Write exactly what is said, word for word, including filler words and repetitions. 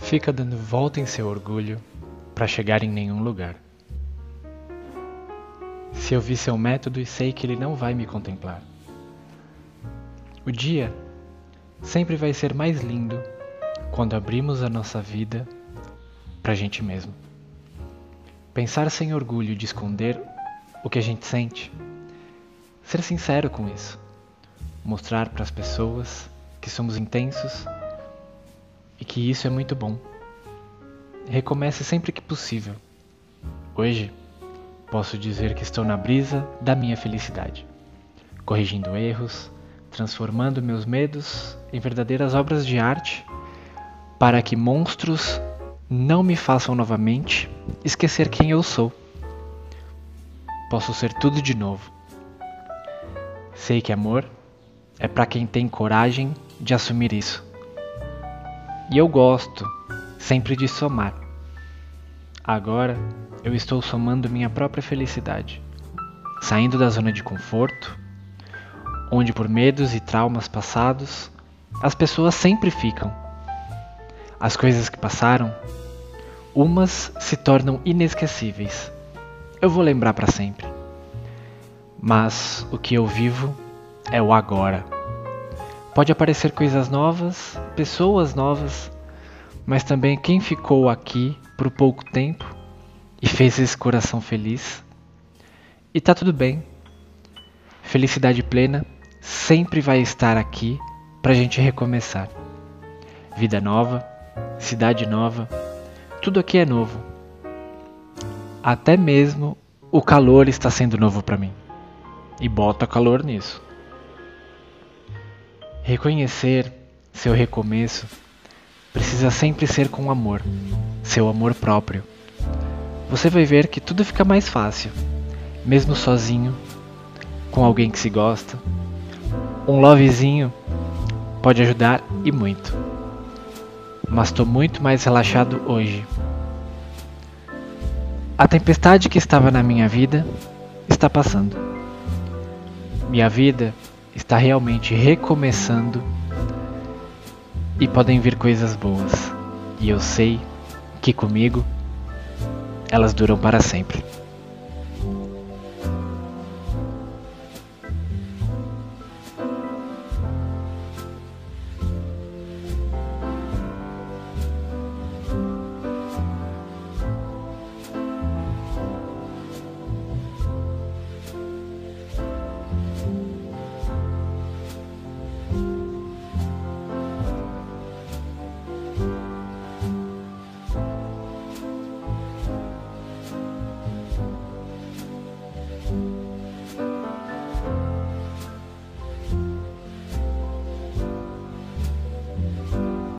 fica dando volta em seu orgulho para chegar em nenhum lugar. Se eu vi seu método e sei que ele não vai me contemplar. O dia sempre vai ser mais lindo quando abrimos a nossa vida pra gente mesmo. Pensar sem orgulho de esconder o que a gente sente. Ser sincero com isso. Mostrar para as pessoas que somos intensos e que isso é muito bom. Recomece sempre que possível. Hoje, posso dizer que estou na brisa da minha felicidade, corrigindo erros, transformando meus medos em verdadeiras obras de arte, para que monstros não me façam novamente esquecer quem eu sou. Posso ser tudo de novo. Sei que amor é para quem tem coragem de assumir isso. E eu gosto sempre de somar. Agora eu estou somando minha própria felicidade, saindo da zona de conforto, onde por medos e traumas passados, as pessoas sempre ficam. As coisas que passaram, umas se tornam inesquecíveis. Eu vou lembrar para sempre. Mas o que eu vivo é o agora. Pode aparecer coisas novas, pessoas novas, mas também quem ficou aqui por pouco tempo e fez esse coração feliz. E tá tudo bem. Felicidade plena sempre vai estar aqui pra gente recomeçar. Vida nova, cidade nova, tudo aqui é novo. Até mesmo o calor está sendo novo pra mim. E bota calor nisso. Reconhecer seu recomeço precisa sempre ser com amor, seu amor próprio. Você vai ver que tudo fica mais fácil, mesmo sozinho, com alguém que se gosta. Um lovezinho pode ajudar e muito. Mas estou muito mais relaxado hoje. A tempestade que estava na minha vida está passando. Minha vida está realmente recomeçando e podem vir coisas boas. E eu sei que comigo elas duram para sempre.